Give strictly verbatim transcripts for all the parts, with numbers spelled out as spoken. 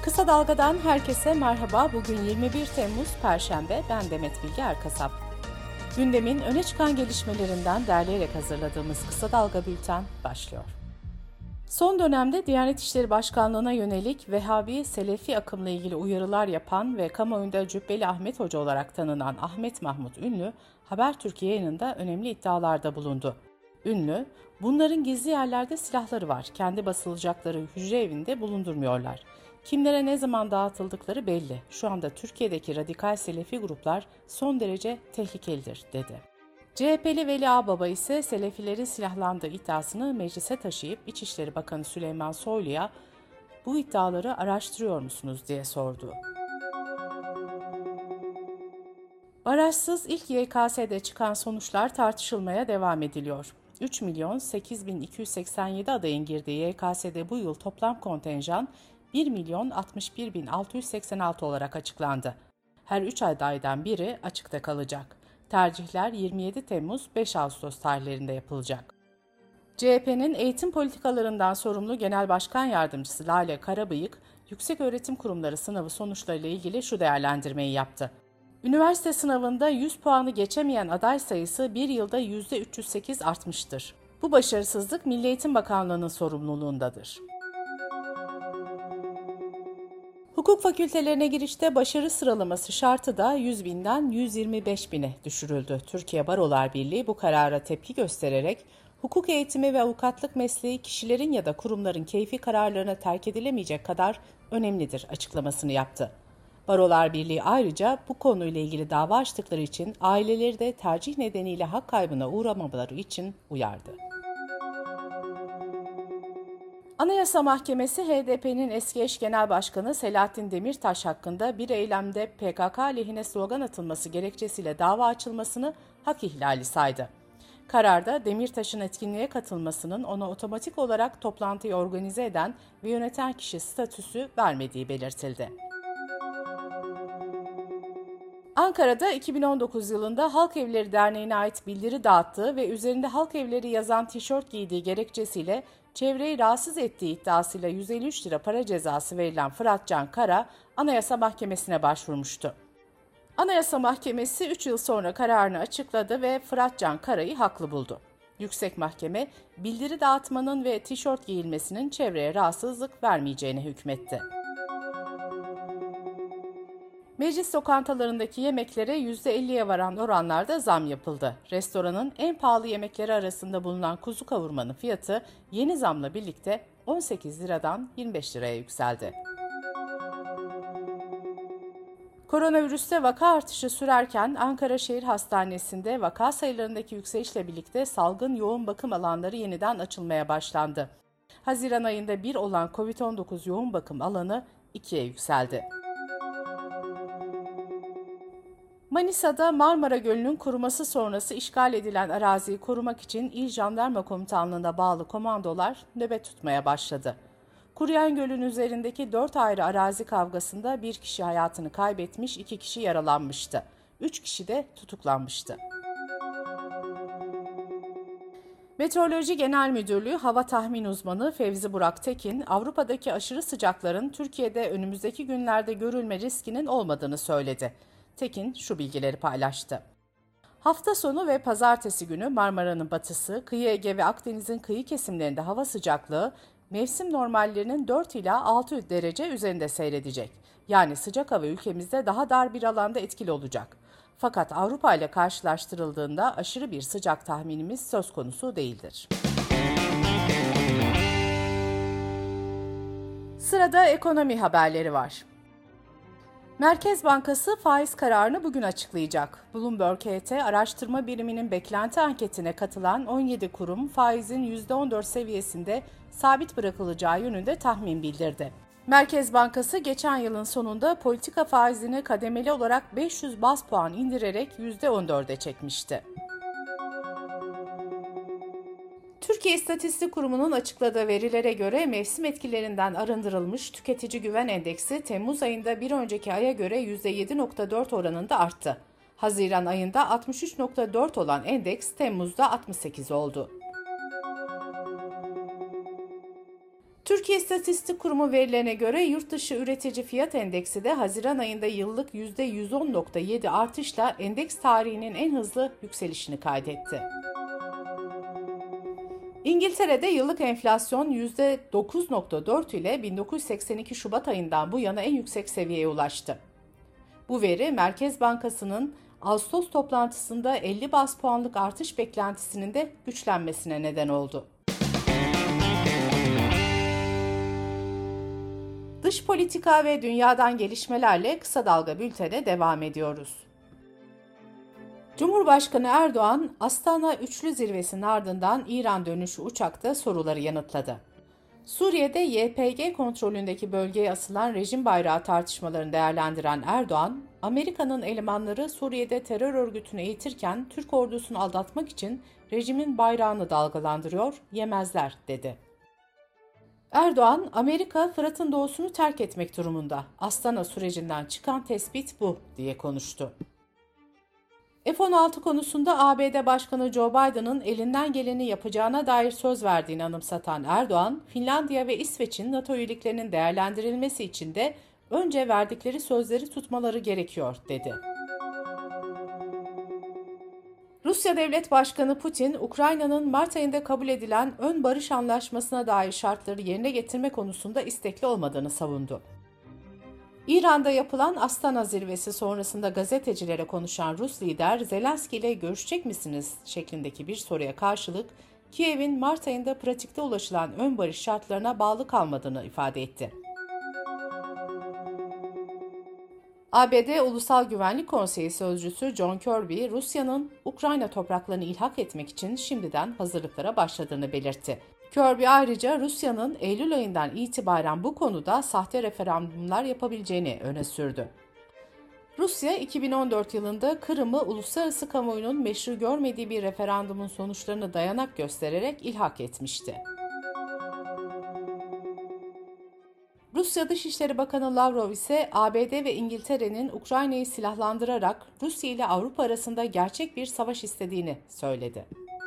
Kısa Dalga'dan herkese merhaba. Bugün yirmi bir Temmuz Perşembe. Ben Demet Bilge Erkasap. Gündemin öne çıkan gelişmelerinden derleyerek hazırladığımız Kısa Dalga Bülten başlıyor. Son dönemde Diyanet İşleri Başkanlığı'na yönelik Vehhabi, Selefi akımla ilgili uyarılar yapan ve kamuoyunda Cübbeli Ahmet Hoca olarak tanınan Ahmet Mahmut Ünlü, Habertürk yayınında önemli iddialarda bulundu. Ünlü, bunların gizli yerlerde silahları var, kendi basılacakları hücre evinde bulundurmuyorlar. Kimlere ne zaman dağıtıldıkları belli. Şu anda Türkiye'deki radikal Selefi gruplar son derece tehlikelidir, dedi. C H P'li Veli Ağbaba ise Selefilerin silahlandığı iddiasını meclise taşıyıp İçişleri Bakanı Süleyman Soylu'ya bu iddiaları araştırıyor musunuz diye sordu. Barajsız ilk Y K S'de çıkan sonuçlar tartışılmaya devam ediliyor. üç milyon sekiz bin iki yüz seksen yedi adayın girdiği Y K S'de bu yıl toplam kontenjan bir milyon altmış bir bin altı yüz seksen altı olarak açıklandı. Her üç adaydan biri açıkta kalacak. Tercihler yirmi yedi Temmuz beş Ağustos tarihlerinde yapılacak. C H P'nin eğitim politikalarından sorumlu Genel Başkan Yardımcısı Lale Karabıyık, Yükseköğretim Kurumları sınavı sonuçlarıyla ilgili şu değerlendirmeyi yaptı. Üniversite sınavında yüz puanı geçemeyen aday sayısı bir yılda yüzde üç yüz sekiz artmıştır. Bu başarısızlık Milli Eğitim Bakanlığı'nın sorumluluğundadır. Hukuk fakültelerine girişte başarı sıralaması şartı da yüz binden yüz yirmi beş bine düşürüldü. Türkiye Barolar Birliği bu karara tepki göstererek, hukuk eğitimi ve avukatlık mesleği kişilerin ya da kurumların keyfi kararlarına terk edilemeyecek kadar önemlidir açıklamasını yaptı. Barolar Birliği ayrıca bu konuyla ilgili dava açtıkları için aileleri de tercih nedeniyle hak kaybına uğramamaları için uyardı. Anayasa Mahkemesi H D P'nin eski eş genel başkanı Selahattin Demirtaş hakkında bir eylemde P K K lehine slogan atılması gerekçesiyle dava açılmasını hak ihlali saydı. Kararda Demirtaş'ın etkinliğe katılmasının ona otomatik olarak toplantıyı organize eden ve yöneten kişi statüsü vermediği belirtildi. Ankara'da iki bin on dokuz yılında Halk Evleri Derneği'ne ait bildiri dağıttığı ve üzerinde Halk Evleri yazan tişört giydiği gerekçesiyle çevreyi rahatsız ettiği iddiasıyla yüz elli üç lira para cezası verilen Fırat Can Kara, Anayasa Mahkemesi'ne başvurmuştu. Anayasa Mahkemesi üç yıl sonra kararını açıkladı ve Fırat Can Kara'yı haklı buldu. Yüksek Mahkeme, bildiri dağıtmanın ve tişört giyilmesinin çevreye rahatsızlık vermeyeceğine hükmetti. Meclis lokantalarındaki yemeklere yüzde elliye varan oranlarda zam yapıldı. Restoranın en pahalı yemekleri arasında bulunan kuzu kavurmanın fiyatı yeni zamla birlikte on sekiz liradan yirmi beş liraya yükseldi. Koronavirüste vaka artışı sürerken Ankara Şehir Hastanesi'nde vaka sayılarındaki yükselişle birlikte salgın yoğun bakım alanları yeniden açılmaya başlandı. Haziran ayında bir olan kovid on dokuz yoğun bakım alanı ikiye yükseldi. Manisa'da Marmara Gölü'nün kuruması sonrası işgal edilen araziyi korumak için İl Jandarma Komutanlığı'na bağlı komandolar nöbet tutmaya başladı. Kuruyan gölün üzerindeki dört ayrı arazi kavgasında bir kişi hayatını kaybetmiş, iki kişi yaralanmıştı. Üç kişi de tutuklanmıştı. Meteoroloji Genel Müdürlüğü Hava Tahmin Uzmanı Fevzi Burak Tekin, Avrupa'daki aşırı sıcakların Türkiye'de önümüzdeki günlerde görülme riskinin olmadığını söyledi. Tekin şu bilgileri paylaştı. Hafta sonu ve pazartesi günü Marmara'nın batısı, Kıyı Ege ve Akdeniz'in kıyı kesimlerinde hava sıcaklığı mevsim normallerinin dört ila altı derece üzerinde seyredecek. Yani sıcak hava ülkemizde daha dar bir alanda etkili olacak. Fakat Avrupa ile karşılaştırıldığında aşırı bir sıcak tahminimiz söz konusu değildir. Sırada ekonomi haberleri var. Merkez Bankası faiz kararını bugün açıklayacak. Bloomberg H T araştırma biriminin beklenti anketine katılan on yedi kurum faizin yüzde on dört seviyesinde sabit bırakılacağı yönünde tahmin bildirdi. Merkez Bankası geçen yılın sonunda politika faizini kademeli olarak beş yüz baz puan indirerek yüzde on dörde çekmişti. Türkiye İstatistik Kurumu'nun açıkladığı verilere göre mevsim etkilerinden arındırılmış tüketici güven endeksi Temmuz ayında bir önceki aya göre yüzde yedi virgül dört oranında arttı. Haziran ayında altmış üç virgül dört olan endeks Temmuz'da altmış sekiz oldu. Türkiye İstatistik Kurumu verilerine göre yurt dışı üretici fiyat endeksi de Haziran ayında yıllık yüzde yüz on virgül yedi artışla endeks tarihinin en hızlı yükselişini kaydetti. İngiltere'de yıllık enflasyon yüzde dokuz virgül dört ile bin dokuz yüz seksen iki Şubat ayından bu yana en yüksek seviyeye ulaştı. Bu veri Merkez Bankası'nın Ağustos toplantısında elli baz puanlık artış beklentisinin de güçlenmesine neden oldu. Dış politika ve dünyadan gelişmelerle kısa dalga bültene devam ediyoruz. Cumhurbaşkanı Erdoğan, Astana Üçlü Zirvesi'nin ardından İran dönüşü uçakta soruları yanıtladı. Suriye'de Y P G kontrolündeki bölgeye asılan rejim bayrağı tartışmalarını değerlendiren Erdoğan, Amerika'nın elemanları Suriye'de terör örgütünü eğitirken Türk ordusunu aldatmak için rejimin bayrağını dalgalandırıyor, yemezler dedi. Erdoğan, Amerika Fırat'ın doğusunu terk etmek durumunda. Astana sürecinden çıkan tespit bu diye konuştu. F on altı konusunda A B D Başkanı Joe Biden'ın elinden geleni yapacağına dair söz verdiğini anımsatan Erdoğan, Finlandiya ve İsveç'in NATO üyeliklerinin değerlendirilmesi için de önce verdikleri sözleri tutmaları gerekiyor dedi. Rusya Devlet Başkanı Putin, Ukrayna'nın Mart ayında kabul edilen ön barış anlaşmasına dair şartları yerine getirme konusunda istekli olmadığını savundu. İran'da yapılan Astana zirvesi sonrasında gazetecilere konuşan Rus lider, Zelenski ile görüşecek misiniz şeklindeki bir soruya karşılık, Kiev'in Mart ayında pratikte ulaşılan ön barış şartlarına bağlı kalmadığını ifade etti. A B D Ulusal Güvenlik Konseyi Sözcüsü John Kirby, Rusya'nın Ukrayna topraklarını ilhak etmek için şimdiden hazırlıklara başladığını belirtti. Kirby ayrıca Rusya'nın Eylül ayından itibaren bu konuda sahte referandumlar yapabileceğini öne sürdü. Rusya, iki bin on dört yılında Kırım'ı uluslararası kamuoyunun meşru görmediği bir referandumun sonuçlarını dayanak göstererek ilhak etmişti. Rusya Dışişleri Bakanı Lavrov ise A B D ve İngiltere'nin Ukrayna'yı silahlandırarak Rusya ile Avrupa arasında gerçek bir savaş istediğini söyledi.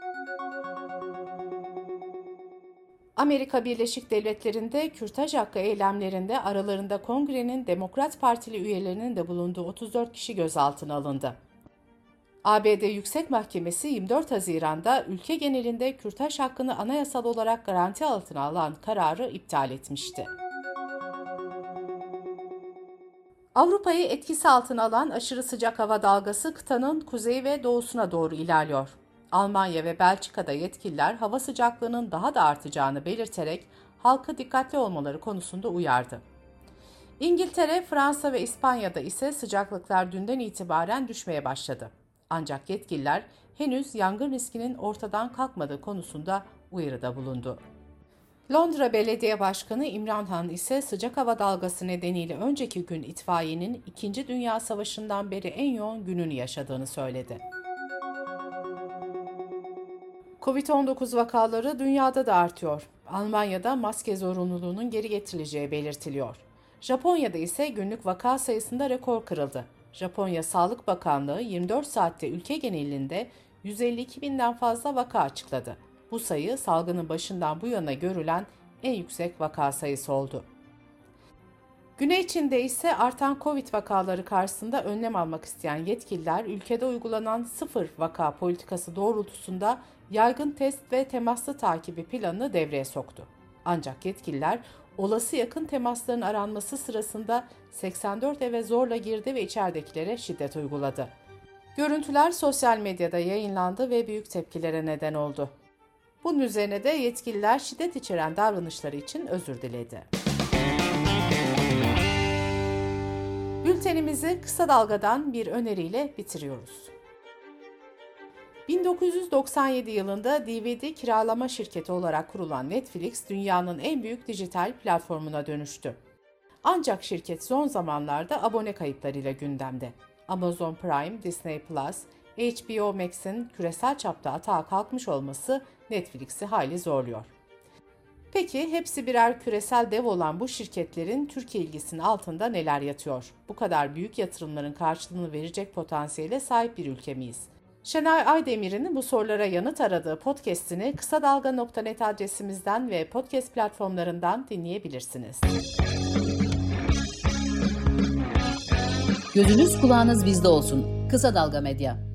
Amerika Birleşik Devletleri'nde kürtaj hakkı eylemlerinde aralarında Kongre'nin Demokrat Partili üyelerinin de bulunduğu otuz dört kişi gözaltına alındı. A B D Yüksek Mahkemesi yirmi dört Haziran'da ülke genelinde kürtaj hakkını anayasal olarak garanti altına alan kararı iptal etmişti. Avrupa'yı etkisi altına alan aşırı sıcak hava dalgası kıtanın kuzeyi ve doğusuna doğru ilerliyor. Almanya ve Belçika'da yetkililer hava sıcaklığının daha da artacağını belirterek halkı dikkatli olmaları konusunda uyardı. İngiltere, Fransa ve İspanya'da ise sıcaklıklar dünden itibaren düşmeye başladı. Ancak yetkililer henüz yangın riskinin ortadan kalkmadığı konusunda uyarıda bulundu. Londra Belediye Başkanı İmran Han ise sıcak hava dalgası nedeniyle önceki gün itfaiyenin İkinci Dünya Savaşı'ndan beri en yoğun gününü yaşadığını söyledi. kovid on dokuz vakaları dünyada da artıyor. Almanya'da maske zorunluluğunun geri getirileceği belirtiliyor. Japonya'da ise günlük vaka sayısında rekor kırıldı. Japonya Sağlık Bakanlığı yirmi dört saatte ülke genelinde yüz elli iki binden fazla vaka açıkladı. Bu sayı salgının başından bu yana görülen en yüksek vaka sayısı oldu. Güney Çin'de ise artan Covid vakaları karşısında önlem almak isteyen yetkililer ülkede uygulanan sıfır vaka politikası doğrultusunda yaygın test ve temaslı takibi planını devreye soktu. Ancak yetkililer olası yakın temasların aranması sırasında seksen dört eve zorla girdi ve içeridekilere şiddet uyguladı. Görüntüler sosyal medyada yayınlandı ve büyük tepkilere neden oldu. Bunun üzerine de yetkililer şiddet içeren davranışları için özür diledi. Bültenimizi kısa dalgadan bir öneriyle bitiriyoruz. bin dokuz yüz doksan yedi yılında D V D kiralama şirketi olarak kurulan Netflix, dünyanın en büyük dijital platformuna dönüştü. Ancak şirket son zamanlarda abone kayıplarıyla gündemde. Amazon Prime, Disney Plus, H B O Max'in küresel çapta atağa kalkmış olması Netflix'i hayli zorluyor. Peki hepsi birer küresel dev olan bu şirketlerin Türkiye ilgisinin altında neler yatıyor? Bu kadar büyük yatırımların karşılığını verecek potansiyele sahip bir ülke miyiz? Şenay Aydemir'in bu sorulara yanıt aradığı podcast'ini kısa dalga nokta net adresimizden ve podcast platformlarından dinleyebilirsiniz. Gözünüz kulağınız bizde olsun. Kısa Dalga Medya.